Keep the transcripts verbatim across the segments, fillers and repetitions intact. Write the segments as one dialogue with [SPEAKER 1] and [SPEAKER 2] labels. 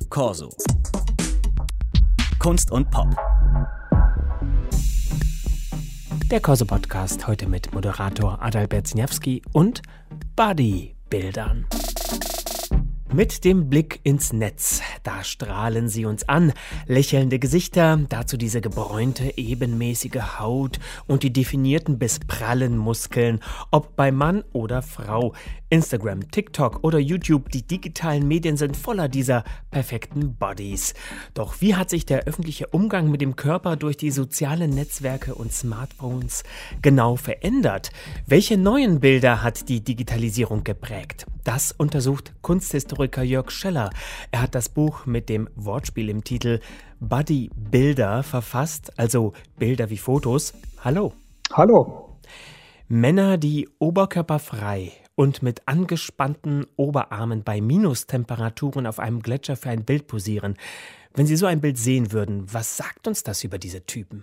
[SPEAKER 1] Corso. Kunst und Pop.
[SPEAKER 2] Der Corso-Podcast heute mit Moderator Adalbert Sniawski und Bodybildern. Mit dem Blick ins Netz, da strahlen sie uns an. Lächelnde Gesichter, dazu diese gebräunte, ebenmäßige Haut und die definierten bis prallen Muskeln, ob bei Mann oder Frau. Instagram, TikTok oder YouTube, die digitalen Medien sind voller dieser perfekten Bodies. Doch wie hat sich der öffentliche Umgang mit dem Körper durch die sozialen Netzwerke und Smartphones genau verändert? Welche neuen Bilder hat die Digitalisierung geprägt? Das untersucht Kunsthistoriker Jörg Scheller. Er hat das Buch mit dem Wortspiel im Titel Bodybilder verfasst, also Bilder wie Fotos. Hallo.
[SPEAKER 3] Hallo.
[SPEAKER 2] Männer, die oberkörperfrei und mit angespannten Oberarmen bei Minustemperaturen auf einem Gletscher für ein Bild posieren. Wenn Sie so ein Bild sehen würden, was sagt uns das über diese Typen?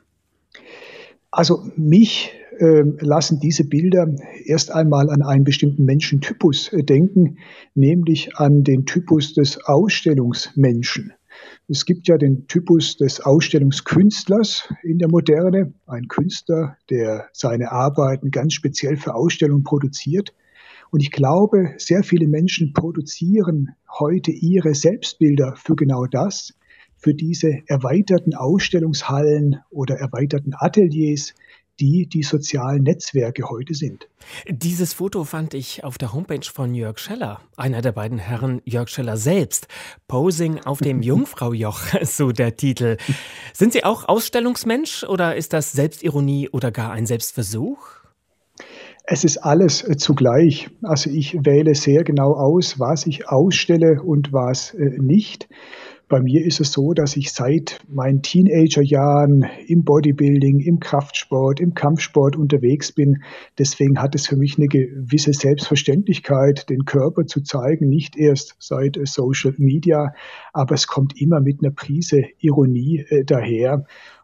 [SPEAKER 3] Also mich äh, lassen diese Bilder erst einmal an einen bestimmten Menschentypus äh, denken, nämlich an den Typus des Ausstellungsmenschen. Es gibt ja den Typus des Ausstellungskünstlers in der Moderne, ein Künstler, der seine Arbeiten ganz speziell für Ausstellungen produziert. Und ich glaube, sehr viele Menschen produzieren heute ihre Selbstbilder für genau das, für diese erweiterten Ausstellungshallen oder erweiterten Ateliers, die die sozialen Netzwerke heute sind.
[SPEAKER 2] Dieses Foto fand ich auf der Homepage von Jörg Scheller, einer der beiden Herren Jörg Scheller selbst. Posing auf dem Jungfraujoch, so der Titel. Sind Sie auch Ausstellungsmensch oder ist das Selbstironie oder gar ein Selbstversuch?
[SPEAKER 3] Es ist alles äh, zugleich. Also ich wähle sehr genau aus, was ich ausstelle und was äh, nicht. Bei mir ist es so, dass ich seit meinen Teenagerjahren im Bodybuilding, im Kraftsport, im Kampfsport unterwegs bin. Deswegen hat es für mich eine gewisse Selbstverständlichkeit, den Körper zu zeigen, nicht erst seit äh, Social Media, aber es kommt immer mit einer Prise Ironie äh, daher.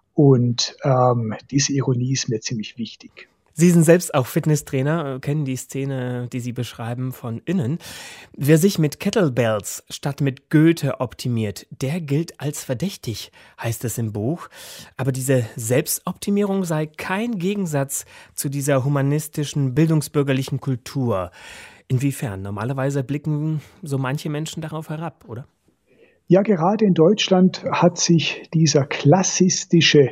[SPEAKER 3] Und ähm, diese Ironie ist mir ziemlich wichtig.
[SPEAKER 2] Sie sind selbst auch Fitnesstrainer, kennen die Szene, die Sie beschreiben, von innen. Wer sich mit Kettlebells statt mit Goethe optimiert, der gilt als verdächtig, heißt es im Buch. Aber diese Selbstoptimierung sei kein Gegensatz zu dieser humanistischen, bildungsbürgerlichen Kultur. Inwiefern? Normalerweise blicken so manche Menschen darauf herab, oder?
[SPEAKER 3] Ja, gerade in Deutschland hat sich dieser klassistische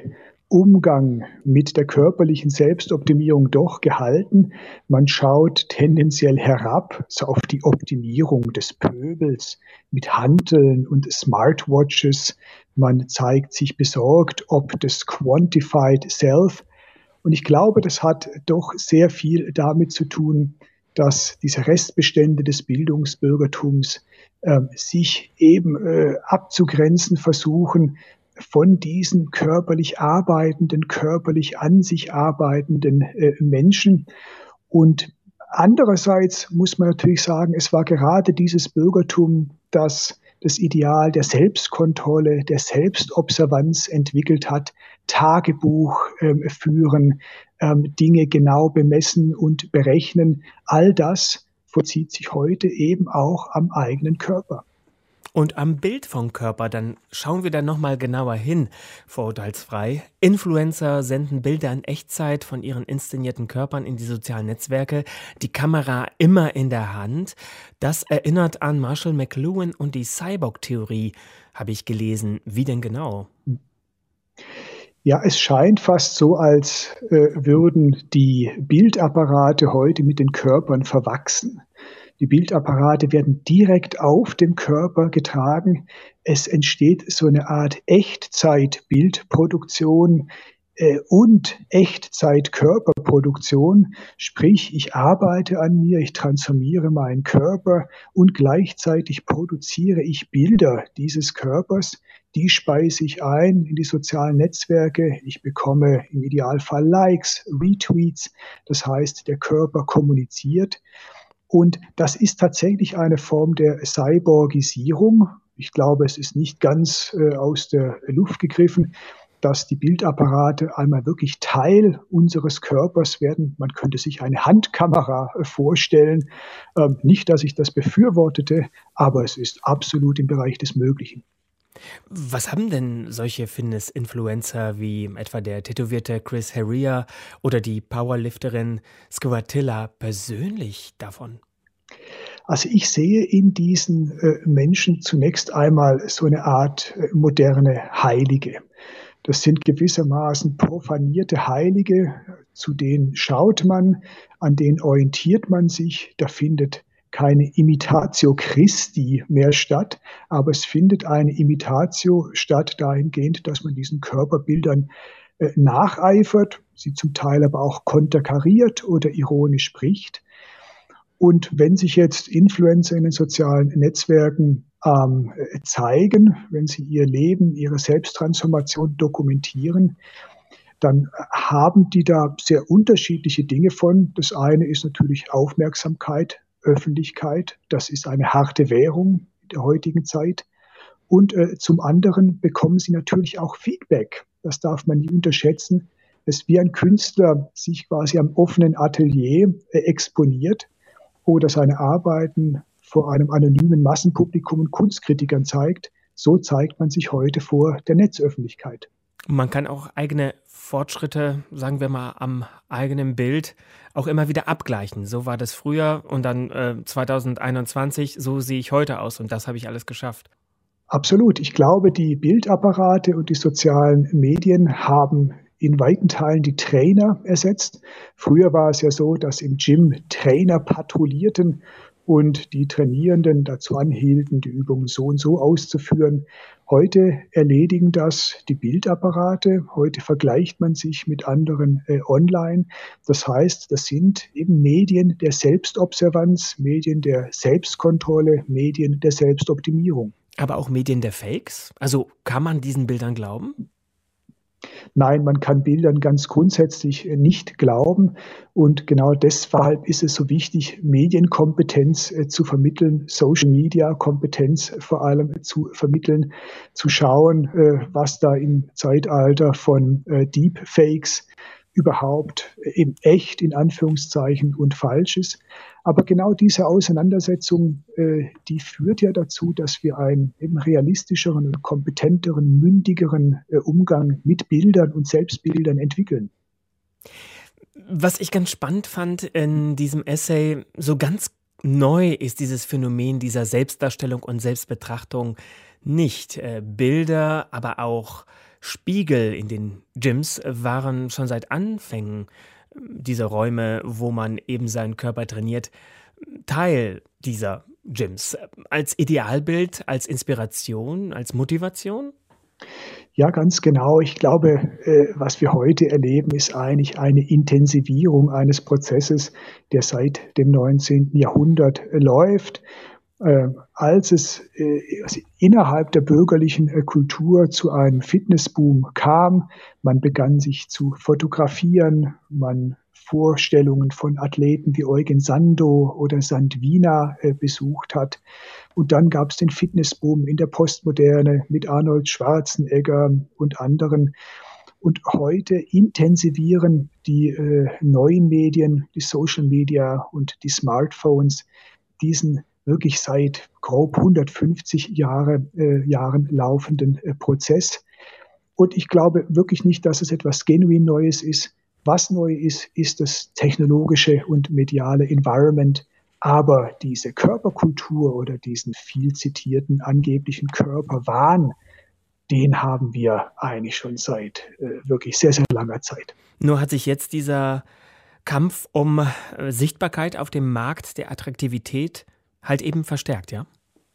[SPEAKER 3] Umgang mit der körperlichen Selbstoptimierung doch gehalten. Man schaut tendenziell herab so auf die Optimierung des Pöbels mit Hanteln und Smartwatches. Man zeigt sich besorgt ob des Quantified Self. Und ich glaube, das hat doch sehr viel damit zu tun, dass diese Restbestände des Bildungsbürgertums äh, sich eben äh, abzugrenzen versuchen von diesen körperlich arbeitenden, körperlich an sich arbeitenden äh, Menschen. Und andererseits muss man natürlich sagen, es war gerade dieses Bürgertum, das das Ideal der Selbstkontrolle, der Selbstobservanz entwickelt hat, Tagebuch ähm, führen, ähm, Dinge genau bemessen und berechnen. All das vollzieht sich heute eben auch am eigenen Körper.
[SPEAKER 2] Und am Bild vom Körper, dann schauen wir da nochmal genauer hin, vorurteilsfrei. Influencer senden Bilder in Echtzeit von ihren inszenierten Körpern in die sozialen Netzwerke, die Kamera immer in der Hand. Das erinnert an Marshall McLuhan und die Cyborg-Theorie, habe ich gelesen. Wie denn genau?
[SPEAKER 3] Ja, es scheint fast so, als äh, würden die Bildapparate heute mit den Körpern verwachsen. Die Bildapparate werden direkt auf dem Körper getragen. Es entsteht so eine Art Echtzeit-Bildproduktion äh, und Echtzeit-Körperproduktion. Sprich, ich arbeite an mir, ich transformiere meinen Körper und gleichzeitig produziere ich Bilder dieses Körpers. Die speise ich ein in die sozialen Netzwerke. Ich bekomme im Idealfall Likes, Retweets. Das heißt, der Körper kommuniziert. Und das ist tatsächlich eine Form der Cyborgisierung. Ich glaube, es ist nicht ganz äh, aus der Luft gegriffen, dass die Bildapparate einmal wirklich Teil unseres Körpers werden. Man könnte sich eine Handkamera äh, vorstellen. Ähm, nicht, dass ich das befürwortete, aber es ist absolut im Bereich des Möglichen.
[SPEAKER 2] Was haben denn solche Fitness-Influencer wie etwa der tätowierte Chris Heria oder die Powerlifterin Squatilla persönlich davon?
[SPEAKER 3] Also ich sehe in diesen äh, Menschen zunächst einmal so eine Art äh, moderne Heilige. Das sind gewissermaßen profanierte Heilige, zu denen schaut man, an denen orientiert man sich. Da findet keine Imitatio Christi mehr statt, aber es findet eine Imitatio statt dahingehend, dass man diesen Körperbildern äh, nacheifert, sie zum Teil aber auch konterkariert oder ironisch spricht. Und wenn sich jetzt Influencer in den sozialen Netzwerken ähm, zeigen, wenn sie ihr Leben, ihre Selbsttransformation dokumentieren, dann haben die da sehr unterschiedliche Dinge von. Das eine ist natürlich Aufmerksamkeit, Öffentlichkeit. Das ist eine harte Währung in der heutigen Zeit. Und äh, zum anderen bekommen sie natürlich auch Feedback. Das darf man nie unterschätzen. Es ist wie ein Künstler sich quasi am offenen Atelier äh, exponiert oder seine Arbeiten vor einem anonymen Massenpublikum und Kunstkritikern zeigt, so zeigt man sich heute vor der Netzöffentlichkeit.
[SPEAKER 2] Man kann auch eigene Fortschritte, sagen wir mal, am eigenen Bild auch immer wieder abgleichen. So war das früher und dann äh, zwanzig einundzwanzig, so sehe ich heute aus und das habe ich alles geschafft.
[SPEAKER 3] Absolut. Ich glaube, die Bildapparate und die sozialen Medien haben in weiten Teilen die Trainer ersetzt. Früher war es ja so, dass im Gym Trainer patrouillierten und die Trainierenden dazu anhielten, die Übungen so und so auszuführen. Heute erledigen das die Bildapparate. Heute vergleicht man sich mit anderen äh, online. Das heißt, das sind eben Medien der Selbstobservanz, Medien der Selbstkontrolle, Medien der Selbstoptimierung.
[SPEAKER 2] Aber auch Medien der Fakes? Also kann man diesen Bildern glauben?
[SPEAKER 3] Nein, man kann Bildern ganz grundsätzlich nicht glauben. Und genau deshalb ist es so wichtig, Medienkompetenz äh, zu vermitteln, Social-Media-Kompetenz vor allem zu vermitteln, zu schauen, äh, was da im Zeitalter von äh, Deepfakes überhaupt eben echt in Anführungszeichen und falsch ist. Aber genau diese Auseinandersetzung, äh, die führt ja dazu, dass wir einen eben realistischeren, kompetenteren, mündigeren äh, Umgang mit Bildern und Selbstbildern entwickeln.
[SPEAKER 2] Was ich ganz spannend fand in diesem Essay, so ganz neu ist dieses Phänomen dieser Selbstdarstellung und Selbstbetrachtung nicht. Äh, Bilder, aber auch Spiegel in den Gyms waren schon seit Anfängen dieser Räume, wo man eben seinen Körper trainiert, Teil dieser Gyms. Als Idealbild, als Inspiration, als Motivation?
[SPEAKER 3] Ja, ganz genau. Ich glaube, äh, was wir heute erleben, ist eigentlich eine Intensivierung eines Prozesses, der seit dem neunzehnten Jahrhundert äh, läuft. Äh, als es äh, also innerhalb der bürgerlichen äh, Kultur zu einem Fitnessboom kam, man begann sich zu fotografieren, man Vorstellungen von Athleten wie Eugen Sandow oder Sandvina äh, besucht hat. Und dann gab es den Fitnessboom in der Postmoderne mit Arnold Schwarzenegger und anderen. Und heute intensivieren die äh, neuen Medien, die Social Media und die Smartphones diesen wirklich seit grob hundertfünfzig Jahre, äh, Jahren laufenden äh, Prozess. Und ich glaube wirklich nicht, dass es etwas genuin Neues ist. Was neu ist, ist das technologische und mediale Environment. Aber diese Körperkultur oder diesen viel zitierten angeblichen Körperwahn, den haben wir eigentlich schon seit äh, wirklich sehr, sehr langer Zeit.
[SPEAKER 2] Nur hat sich jetzt dieser Kampf um äh, Sichtbarkeit auf dem Markt der Attraktivität halt eben verstärkt, ja?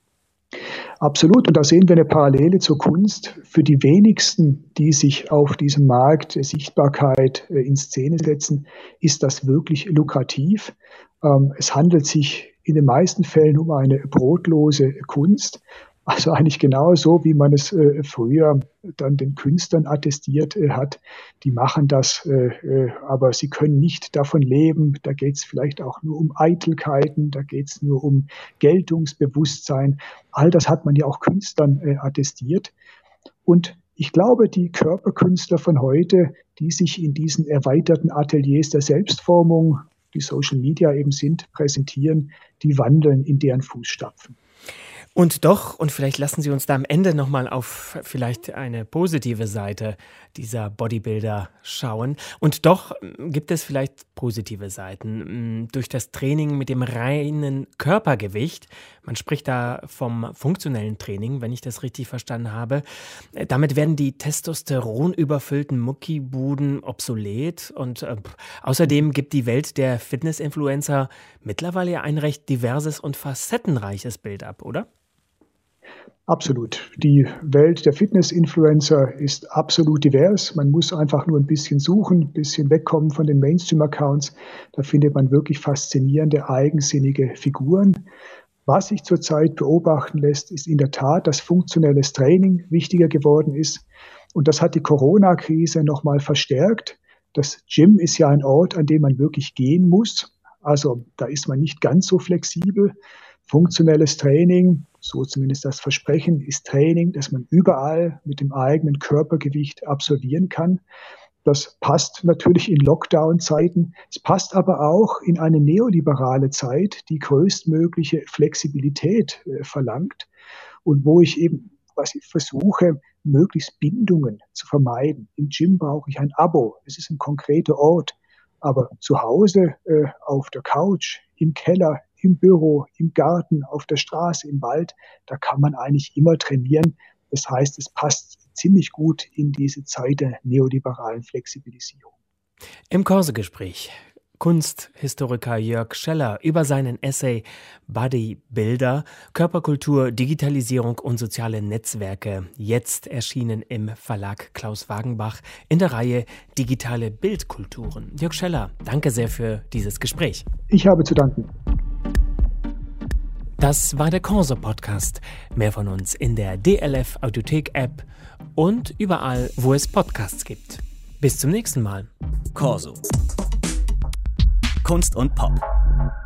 [SPEAKER 3] Absolut. Und da sehen wir eine Parallele zur Kunst. Für die wenigsten, die sich auf diesem Markt Sichtbarkeit in Szene setzen, ist das wirklich lukrativ. Es handelt sich in den meisten Fällen um eine brotlose Kunst. Also eigentlich genauso, wie man es äh, früher dann den Künstlern attestiert äh, hat. Die machen das, äh, äh, aber sie können nicht davon leben. Da geht es vielleicht auch nur um Eitelkeiten, da geht es nur um Geltungsbewusstsein. All das hat man ja auch Künstlern äh, attestiert. Und ich glaube, die Körperkünstler von heute, die sich in diesen erweiterten Ateliers der Selbstformung, die Social Media eben sind, präsentieren, die wandeln in deren Fußstapfen.
[SPEAKER 2] Und doch, und vielleicht lassen Sie uns da am Ende nochmal auf vielleicht eine positive Seite dieser Bodybuilder schauen. Und doch gibt es vielleicht positive Seiten. Durch das Training mit dem reinen Körpergewicht, man spricht da vom funktionellen Training, wenn ich das richtig verstanden habe, damit werden die testosteronüberfüllten Muckibuden obsolet. Und äh, außerdem gibt die Welt der Fitness-Influencer mittlerweile ein recht diverses und facettenreiches Bild ab, oder?
[SPEAKER 3] Absolut. Die Welt der Fitness-Influencer ist absolut divers. Man muss einfach nur ein bisschen suchen, ein bisschen wegkommen von den Mainstream-Accounts. Da findet man wirklich faszinierende, eigensinnige Figuren. Was sich zurzeit beobachten lässt, ist in der Tat, dass funktionelles Training wichtiger geworden ist. Und das hat die Corona-Krise nochmal verstärkt. Das Gym ist ja ein Ort, an dem man wirklich gehen muss. Also da ist man nicht ganz so flexibel. Funktionelles Training, so zumindest das Versprechen, ist Training, das man überall mit dem eigenen Körpergewicht absolvieren kann. Das passt natürlich in Lockdown-Zeiten. Es passt aber auch in eine neoliberale Zeit, die größtmögliche Flexibilität äh, verlangt und wo ich eben was ich versuche, möglichst Bindungen zu vermeiden. Im Gym brauche ich ein Abo. Es ist ein konkreter Ort. Aber zu Hause, äh, auf der Couch, im Keller, im Büro, im Garten, auf der Straße, im Wald, da kann man eigentlich immer trainieren. Das heißt, es passt ziemlich gut in diese Zeit der neoliberalen Flexibilisierung.
[SPEAKER 2] Im Corso-Gespräch Kunsthistoriker Jörg Scheller über seinen Essay Bodybuilder, Körperkultur, Digitalisierung und soziale Netzwerke, jetzt erschienen im Verlag Klaus Wagenbach in der Reihe Digitale Bildkulturen. Jörg Scheller, danke sehr für dieses Gespräch.
[SPEAKER 3] Ich habe zu danken.
[SPEAKER 2] Das war der Corso-Podcast. Mehr von uns in der D L F Audiothek-App und überall, wo es Podcasts gibt. Bis zum nächsten Mal.
[SPEAKER 1] Corso. Kunst und Pop.